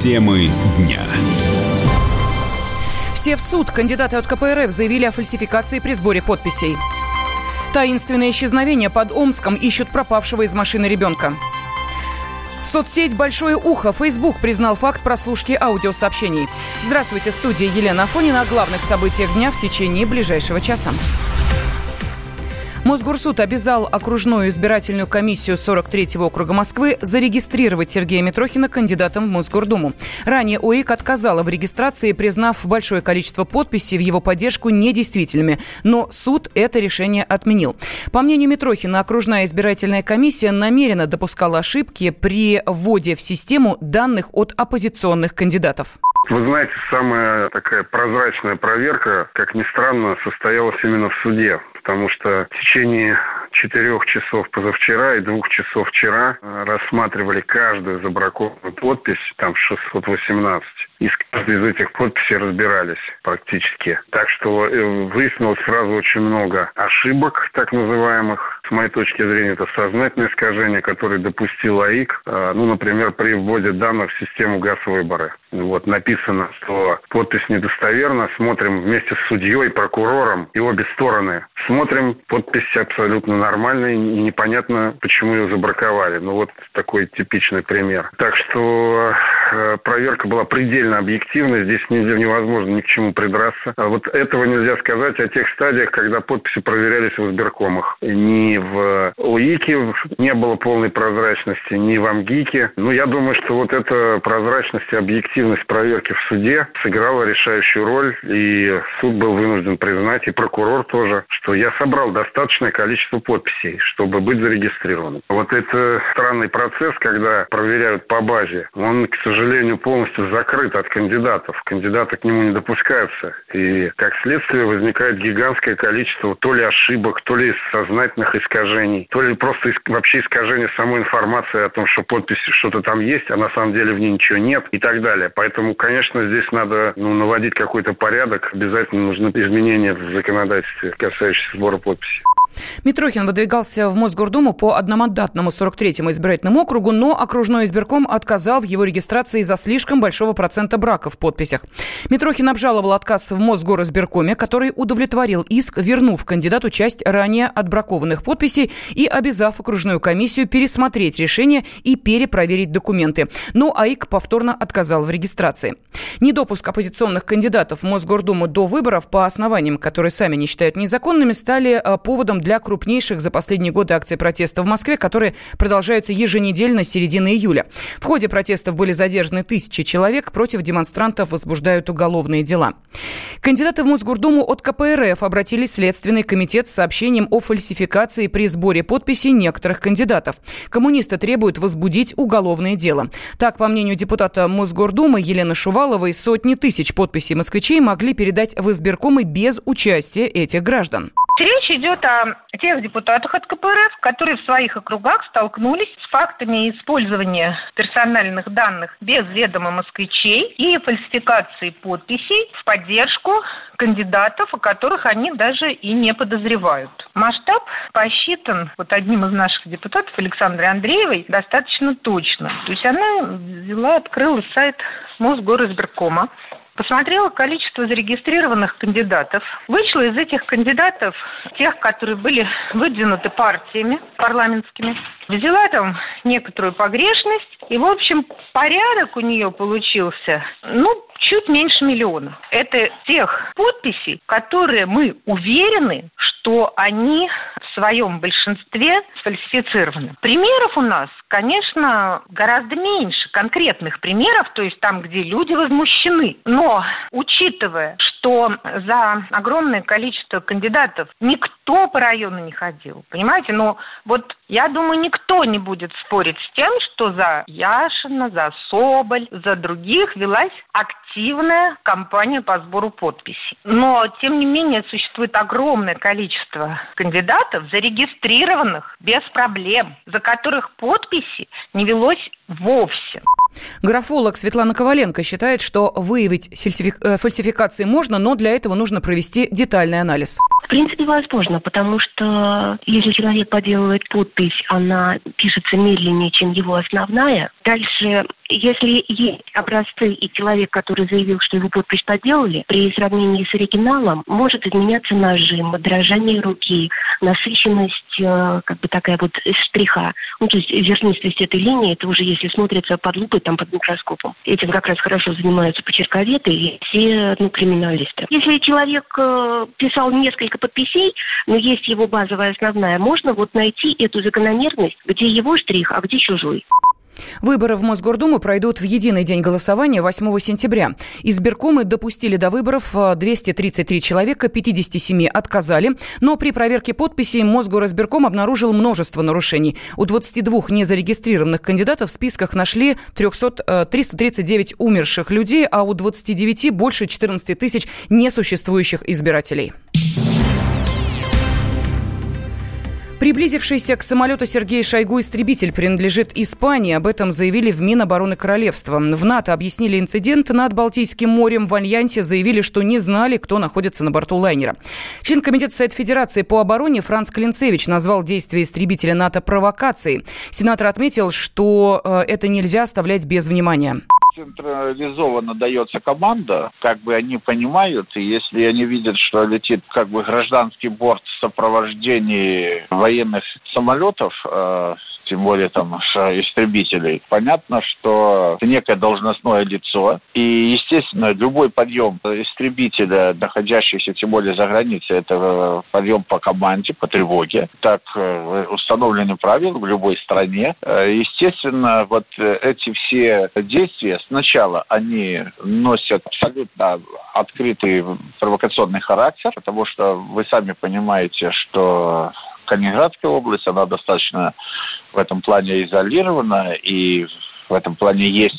Темы дня. Все в суд. Кандидаты от КПРФ заявили о фальсификации при сборе подписей. Таинственное исчезновение под Омском. Ищут пропавшего из машины ребенка. Соцсеть «Большое ухо» Facebook признал факт прослушки аудиосообщений. Здравствуйте, в студии Елена Афонина. О главных событиях дня в течение ближайшего часа. Мосгорсуд обязал окружную избирательную комиссию 43-го округа Москвы зарегистрировать Сергея Митрохина кандидатом в Мосгордуму. Ранее ОИК отказала в регистрации, признав большое количество подписей в его поддержку недействительными. Но суд это решение отменил. По мнению Митрохина, окружная избирательная комиссия намеренно допускала ошибки при вводе в систему данных от оппозиционных кандидатов. Вы знаете, самая такая прозрачная проверка, как ни странно, состоялась именно в суде. Потому что в течение 4 часов позавчера и 2 часов вчера рассматривали каждую забракованную подпись, там 618. И с каждой из этих подписей разбирались практически. Так что выяснилось сразу очень много ошибок, так называемых. С моей точки зрения, это сознательное искажение, которое допустил АИК. Например, при вводе данных в систему ГАС-выборы. Написано, что подпись недостоверна. Смотрим вместе с судьей, прокурором и обе стороны. Смотрим, подпись абсолютно нормальная, и непонятно, почему ее забраковали. Такой типичный пример. Так что проверка была предельно объективной, здесь невозможно ни к чему придраться. Этого нельзя сказать о тех стадиях, когда подписи проверялись в избиркомах. Ни в ОИКе не было полной прозрачности, ни в АМГИКе. Я думаю, что эта прозрачность и объективность проверки в суде сыграла решающую роль, и суд был вынужден признать, и прокурор тоже, что я собрал достаточное количество подписей, чтобы быть зарегистрированным. Это странный процесс, когда проверяют по базе. Он, к сожалению, полностью закрыт от кандидатов. Кандидаты к нему не допускаются. И, как следствие, возникает гигантское количество то ли ошибок, то ли сознательных искажений, то ли просто вообще искажение самой информации о том, что подпись что-то там есть, а на самом деле в ней ничего нет и так далее. Поэтому, конечно, здесь надо наводить какой-то порядок. Обязательно нужны изменения в законодательстве, касающиеся сбора подписей. Митрохин выдвигался в Мосгордуму по одномандатному 43-му избирательному округу, но окружной избирком отказал в его регистрации из-за слишком большого процента брака в подписях. Митрохин обжаловал отказ в Мосгоризбиркоме, который удовлетворил иск, вернув кандидату часть ранее отбракованных подписей и обязав окружную комиссию пересмотреть решение и перепроверить документы. Но АИК повторно отказал в регистрации. Недопуск оппозиционных кандидатов в Мосгордуму до выборов по основаниям, которые сами не считают незаконными, стали поводом для крупнейших за последние годы акций протеста в Москве, которые продолжаются еженедельно с середины июля. В ходе протестов были задержаны тысячи человек, против демонстрантов возбуждают уголовные дела. Кандидаты в Мосгордуму от КПРФ обратились в Следственный комитет с сообщением о фальсификации при сборе подписей некоторых кандидатов. Коммунисты требуют возбудить уголовное дело. Так, по мнению депутата Мосгордумы Елены Шуваловой, сотни тысяч подписей москвичей могли передать в избиркомы без участия этих граждан. Речь идет о тех депутатах от КПРФ, которые в своих округах столкнулись с фактами использования персональных данных без ведома москвичей и фальсификации подписей в поддержку кандидатов, о которых они даже и не подозревают. Масштаб посчитан одним из наших депутатов, Александрой Андреевой, достаточно точно. То есть она открыла сайт Мосгоризбиркома, посмотрела количество зарегистрированных кандидатов, вычла из этих кандидатов тех, которые были выдвинуты партиями парламентскими, взяла там некоторую погрешность, и, в общем, порядок у нее получился, чуть меньше 1 миллиона. Это тех подписей, которые мы уверены, что они в своем большинстве сфальсифицированы. Примеров у нас, конечно, гораздо меньше, конкретных примеров, то есть там, где люди возмущены. Но, учитывая, что за огромное количество кандидатов никто по району не ходил, понимаете? Я думаю, никто не будет спорить с тем, что за Яшина, за Соболь, за других велась активная кампания по сбору подписей. Но, тем не менее, существует огромное количество кандидатов, зарегистрированных без проблем, за которых подписи не велось вовсе. Графолог Светлана Коваленко считает, что выявить фальсификации можно, но для этого нужно провести детальный анализ. принципе, возможно, потому что если человек подделывает подпись, она пишется медленнее, чем его основная. Дальше, если есть образцы и человек, который заявил, что его подпись подделали, при сравнении с оригиналом может изменяться нажим, дрожание руки, насыщенность, такая вот штриха. То есть зернистость этой линии, это уже если смотрится под лупой, там под микроскопом. Этим как раз хорошо занимаются почерковеды и все криминалисты. Если человек писал несколько подписей, но есть его базовая основная, можно найти эту закономерность, где его штрих, а где чужой. Выборы в Мосгордуму пройдут в единый день голосования 8 сентября. Избиркомы допустили до выборов 233 человека, 57 отказали. Но при проверке подписей Мосгоризбирком обнаружил множество нарушений. У 22 незарегистрированных кандидатов в списках нашли 339 умерших людей, а у 29 больше 14 тысяч несуществующих избирателей. Приблизившийся к самолету Сергея Шойгу истребитель принадлежит Испании. Об этом заявили в Минобороны Королевства. В НАТО объяснили инцидент над Балтийским морем. В Альянсе заявили, что не знали, кто находится на борту лайнера. Член Комитета Совета Федерации по обороне Франц Клинцевич назвал действия истребителя НАТО провокацией. Сенатор отметил, что это нельзя оставлять без внимания. Централизованно дается команда, они понимают, и если они видят, что летит гражданский борт в сопровождении военных самолетов, тем более истребителей, понятно, что это некое должностное лицо. И, естественно, любой подъем истребителя, находящийся тем более за границей, это подъем по команде, по тревоге. Так установлены правила в любой стране. Естественно, эти все действия сначала они носят абсолютно открытый провокационный характер, потому что вы сами понимаете, что Калининградская область, она достаточно в этом плане изолирована, и в этом плане есть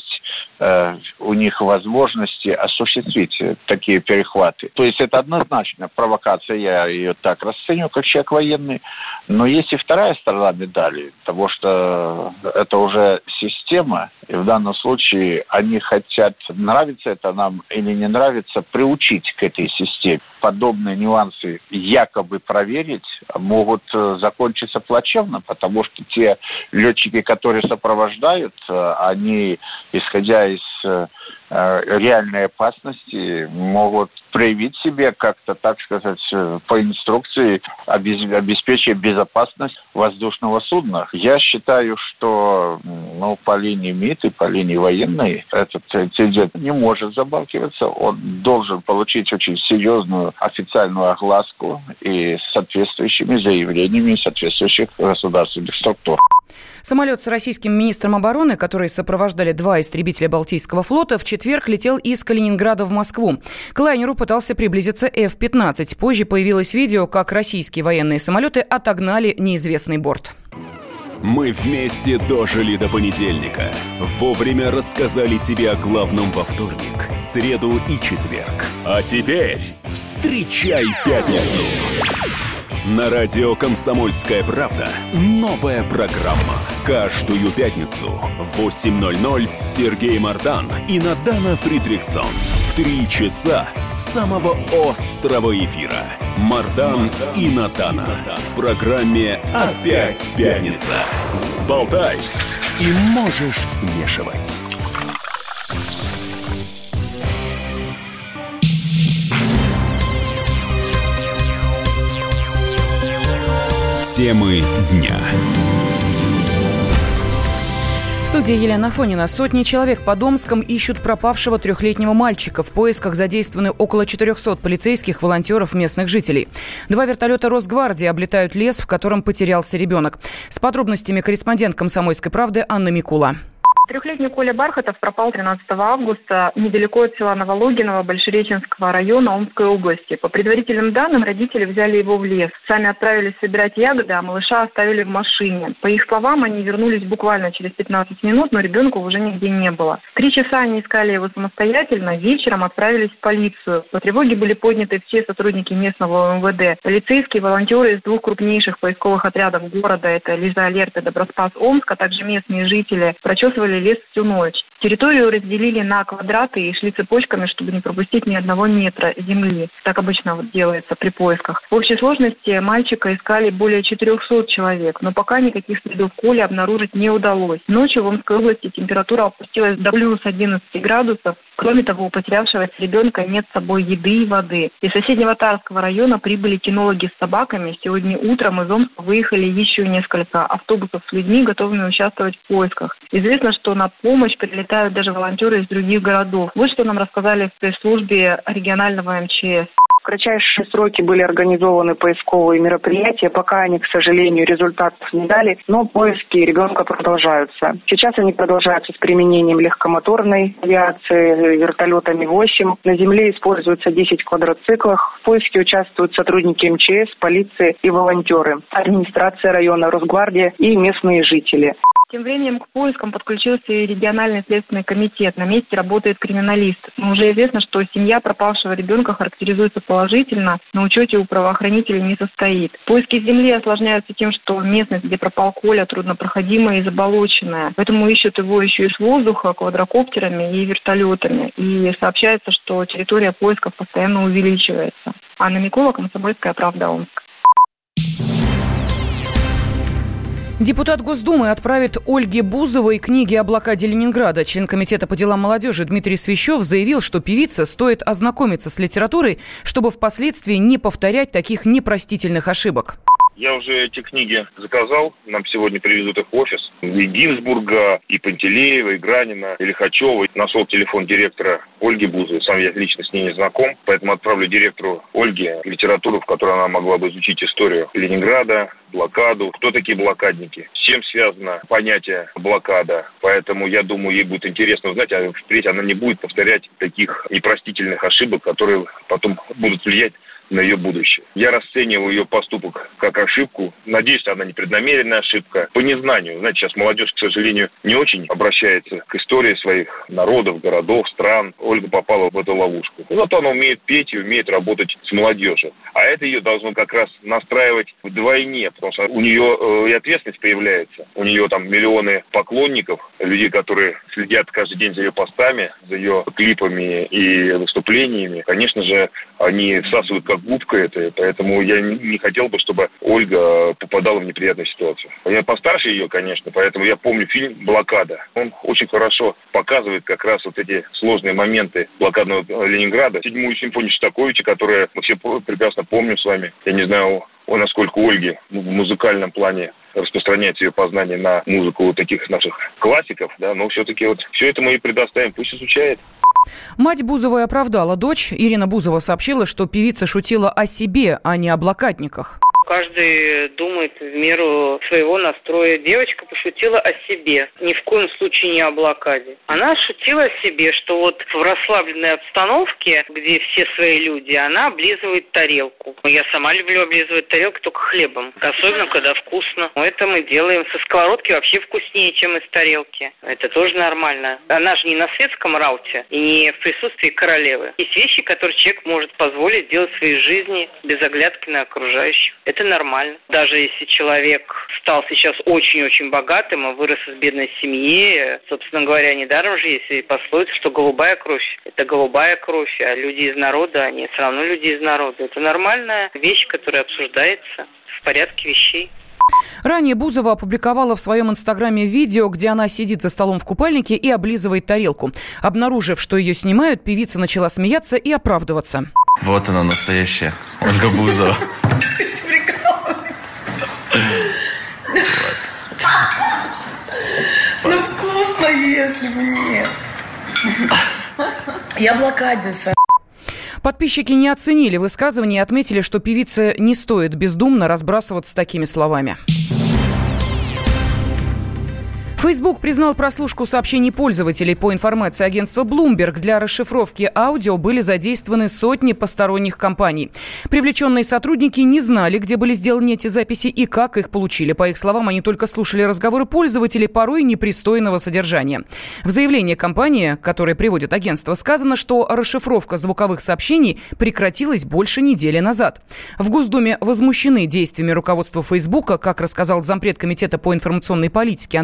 у них возможности осуществить такие перехваты. То есть это однозначно провокация, я ее так расцениваю, как человек военный. Но есть и вторая сторона медали, потому что это уже система, и в данном случае они хотят, нравится это нам или не нравится, приучить к этой системе. Подобные нюансы якобы проверить могут закончиться плачевно, потому что те летчики, которые сопровождают, они, исходя из реальной опасности, могут проявить себя как-то, так сказать, по инструкции, обеспечивая безопасность воздушного судна. Я считаю, что по линии МИД и по линии военной этот инцидент не может забаркиваться. Он должен получить очень серьезную официальную огласку и с соответствующими заявлениями соответствующих государственных структур. Самолет с российским министром обороны, который сопровождали 2 истребителя Балтийского флота, в четверг летел из Калининграда в Москву. К лайнеру пытался приблизиться F-15. Позже появилось видео, как российские военные самолеты отогнали неизвестный борт. Мы вместе дожили до понедельника. Вовремя рассказали тебе о главном во вторник, среду и четверг. А теперь встречай пятницу. На радио «Комсомольская правда» новая программа. Каждую пятницу в 8:00 Сергей Мардан и Надана Фридрихсон. 3 часа самого острого эфира. Мардан и Надана. В программе «Опять пятница». Взболтай и можешь смешивать. Темы дня. В студии Елена Афонина. Сотни человек под Омском ищут пропавшего 3-летнего мальчика. В поисках задействованы около 400 полицейских, волонтеров, местных жителей. 2 вертолета Росгвардии облетают лес, в котором потерялся ребенок. С подробностями корреспондент «Комсомольской правды» Анна Микула. 3-летний Коля Бархатов пропал 13 августа недалеко от села Новологиново Большереченского района Омской области. По предварительным данным, родители взяли его в лес. Сами отправились собирать ягоды, а малыша оставили в машине. По их словам, они вернулись буквально через 15 минут, но ребенка уже нигде не было. 3 часа они искали его самостоятельно, вечером отправились в полицию. По тревоге были подняты все сотрудники местного МВД. Полицейские, волонтеры из 2 крупнейших поисковых отрядов города, это Лиза Алерт и Доброспас Омск, а также местные жители, прочесывали лес всю ночь. Территорию разделили на квадраты и шли цепочками, чтобы не пропустить ни одного метра земли. Так обычно делается при поисках. В общей сложности мальчика искали более 400 человек, но пока никаких следов Коли обнаружить не удалось. Ночью в Омской области температура опустилась до плюс 11 градусов. Кроме того, у потерявшегося ребенка нет с собой еды и воды. Из соседнего Тарского района прибыли кинологи с собаками. Сегодня утром из Омска выехали еще несколько автобусов с людьми, готовыми участвовать в поисках. Известно, что на помощь прилетают даже волонтеры из других городов. Вот что нам рассказали в пресс-службе регионального МЧС. В кратчайшие сроки были организованы поисковые мероприятия. Пока они, к сожалению, результатов не дали, но поиски ребенка продолжаются. Сейчас они продолжаются с применением легкомоторной авиации, вертолетами 8. На земле используются 10 квадроциклов. В поиске участвуют сотрудники МЧС, полиции и волонтеры, администрация района, Росгвардия и местные жители. Тем временем к поискам подключился и региональный следственный комитет. На месте работает криминалист. Но уже известно, что семья пропавшего ребенка характеризуется положительно, на учете у правоохранителей не состоит. Поиски земли осложняются тем, что местность, где пропал Коля, труднопроходимая и заболоченная. Поэтому ищут его еще и с воздуха, квадрокоптерами и вертолетами. И сообщается, что территория поисков постоянно увеличивается. Анна Микола, «Комсомольская правда», Омск. Депутат Госдумы отправит Ольге Бузовой книги о блокаде Ленинграда. Член комитета по делам молодежи Дмитрий Свищев заявил, что певице стоит ознакомиться с литературой, чтобы впоследствии не повторять таких непростительных ошибок. Я уже эти книги заказал, нам сегодня привезут их в офис. И Гинзбурга, и Пантелеева, и Гранина, и Лихачева. Нашел телефон директора Ольги Бузовой, сам я лично с ней не знаком, поэтому отправлю директору Ольге литературу, в которой она могла бы изучить историю Ленинграда, блокаду, кто такие блокадники, с чем связано понятие блокада. Поэтому, я думаю, ей будет интересно узнать, а впредь она не будет повторять таких непростительных ошибок, которые потом будут влиять на ее будущее. Я расцениваю ее поступок как ошибку. Надеюсь, она непреднамеренная ошибка. По незнанию. Знаете, сейчас молодежь, к сожалению, не очень обращается к истории своих народов, городов, стран. Ольга попала в эту ловушку. Зато она умеет петь и умеет работать с молодежью. А это ее должно как раз настраивать вдвойне, потому что у нее и ответственность появляется. У нее там миллионы поклонников, людей, которые следят каждый день за ее постами, за ее клипами и выступлениями. Конечно же, они всасывают как губка это, поэтому я не хотел бы, чтобы Ольга попадала в неприятную ситуацию. Я постарше ее, конечно, поэтому я помню фильм «Блокада». Он очень хорошо показывает как раз вот эти сложные моменты блокадного Ленинграда. 7-ю симфонию Шостаковича, которую мы все прекрасно помним с вами. Я не знаю, насколько Ольге в музыкальном плане распространяется ее познание на музыку вот таких наших классиков, да, но все-таки вот все это мы ей предоставим, пусть изучает. Мать Бузовой оправдала дочь. Ирина Бузова сообщила, что певица шутила о себе, а не о блокадниках. Каждый думает в меру своего настроя. Девочка пошутила о себе, ни в коем случае не о блокаде. Она шутила о себе, что вот в расслабленной обстановке, где все свои люди, она облизывает тарелку. Я сама люблю облизывать тарелку только хлебом, особенно когда вкусно. Это мы делаем со сковородки вообще вкуснее, чем из тарелки. Это тоже нормально. Она же не на светском рауте и не в присутствии королевы. Есть вещи, которые человек может позволить делать в своей жизни без оглядки на окружающих. Это нормально. Даже если человек стал сейчас очень-очень богатым и вырос в бедной семье, собственно говоря, недаром же есть пословица, что голубая кровь – это голубая кровь, а люди из народа, они все равно люди из народа. Это нормальная вещь, которая обсуждается в порядке вещей. Ранее Бузова опубликовала в своем инстаграме видео, где она сидит за столом в купальнике и облизывает тарелку. Обнаружив, что ее снимают, певица начала смеяться и оправдываться. Вот она, настоящая Ольга Бузова. Ну вкусно, если бы нет. Я блокадница. Подписчики не оценили высказывание и отметили, что певице не стоит бездумно разбрасываться такими словами. Facebook признал прослушку сообщений пользователей. По информации агентства Bloomberg, для расшифровки аудио были задействованы сотни посторонних компаний. Привлеченные сотрудники не знали, где были сделаны эти записи и как их получили. По их словам, они только слушали разговоры пользователей, порой непристойного содержания. В заявлении компании, которое приводит агентство, сказано, что расшифровка звуковых сообщений прекратилась больше недели назад. В Госдуме возмущены действиями руководства Facebook, как рассказал зампред комитета по информационной политике Андрей Свинцов.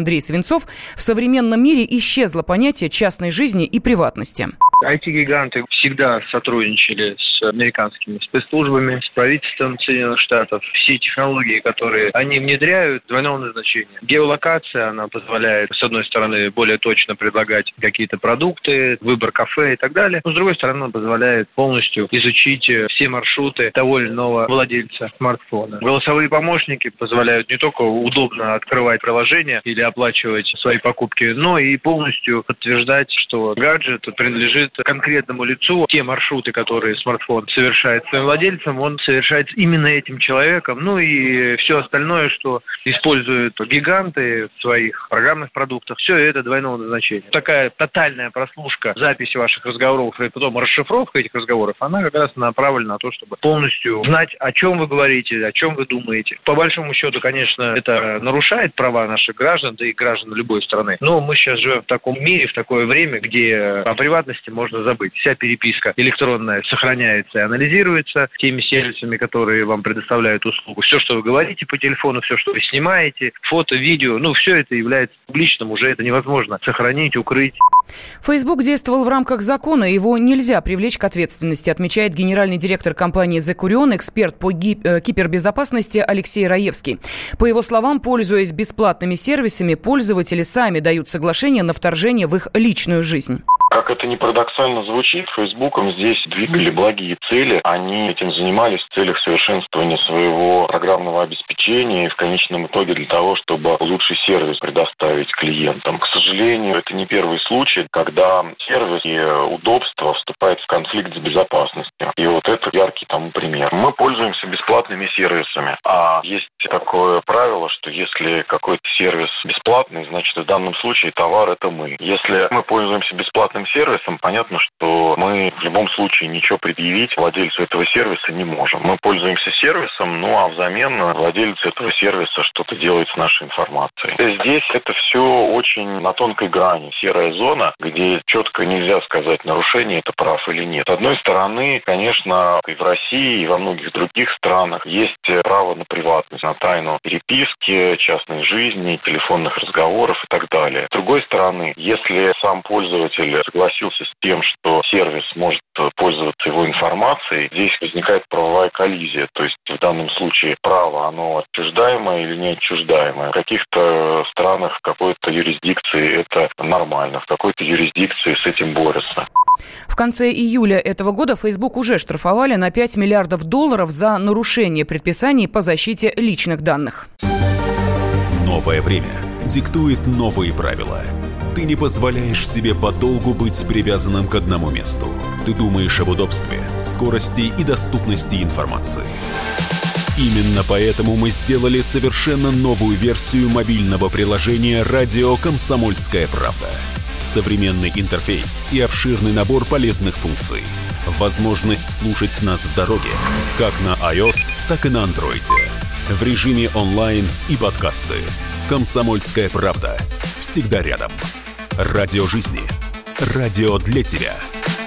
часов в современном мире исчезло понятие частной жизни и приватности. IT-гиганты всегда сотрудничали с американскими спецслужбами, с правительством Соединенных Штатов. Все технологии, которые они внедряют, двойного назначения. Геолокация, она позволяет, с одной стороны, более точно предлагать какие-то продукты, выбор кафе и так далее. Но, с другой стороны, она позволяет полностью изучить все маршруты того или иного владельца смартфона. Голосовые помощники позволяют не только удобно открывать приложение или оплачивать свои покупки, но и полностью подтверждать, что гаджет принадлежит конкретному лицу. Те маршруты, которые смартфон совершает своим владельцем, он совершает именно этим человеком. Ну и все остальное, что используют гиганты в своих программных продуктах, все это двойного назначения. Такая тотальная прослушка записи ваших разговоров и потом расшифровка этих разговоров, она как раз направлена на то, чтобы полностью знать, о чем вы говорите, о чем вы думаете. По большому счету, конечно, это нарушает права наших граждан, да и граждан любой страны. Но мы сейчас живем в таком мире, в такое время, где о приватности можно забыть. Вся переписка электронная сохраняется и анализируется теми сервисами, которые вам предоставляют услугу. Все, что вы говорите по телефону, все, что вы снимаете, фото, видео, все это является публичным, уже это невозможно сохранить, укрыть. Facebook действовал в рамках закона, его нельзя привлечь к ответственности, отмечает генеральный директор компании «Зекурион», эксперт по кибербезопасности Алексей Раевский. По его словам, пользуясь бесплатными сервисами, пользователи сами дают соглашение на вторжение в их личную жизнь. Как это ни парадоксально звучит, Фейсбуком здесь двигали благие цели. Они этим занимались в целях совершенствования своего программного обеспечения и в конечном итоге для того, чтобы лучший сервис предоставить клиентам. К сожалению, это не первый случай, когда сервис и удобство вступают в конфликт с безопасностью. И вот это яркий тому пример. Мы пользуемся бесплатными сервисами, а есть такое правило, что если какой-то сервис бесплатный, значит в данном случае товар – это мы. Если мы пользуемся бесплатным сервисом, понятно, что мы в любом случае ничего предъявить владельцу этого сервиса не можем. Мы пользуемся сервисом, а взамен владелец этого сервиса что-то делает с нашей информацией. Здесь это все очень на тонкой грани, серая зона, где четко нельзя сказать, нарушение это прав или нет. С одной стороны, конечно, и в России, и во многих других странах есть право на приватность, на тайну переписки, частной жизни, телефонных разговоров и так далее. С другой стороны, если сам пользователь согласился с тем, что сервис может пользоваться его информацией, здесь возникает правовая коллизия. То есть в данном случае право, оно отчуждаемое или не отчуждаемое. В каких-то странах, в какой-то юрисдикции это нормально, в какой-то юрисдикции с этим борются. В конце июля этого года Facebook уже штрафовали на $5 миллиардов за нарушение предписаний по защите личных данных. Новое время диктует новые правила. Ты не позволяешь себе подолгу быть привязанным к одному месту. Ты думаешь об удобстве, скорости и доступности информации. Именно поэтому мы сделали совершенно новую версию мобильного приложения «Радио Комсомольская правда». Современный интерфейс и обширный набор полезных функций. Возможность слушать нас в дороге, как на iOS, так и на Android. В режиме онлайн и подкасты. «Комсомольская правда». Всегда рядом. Радио жизни. Радио для тебя.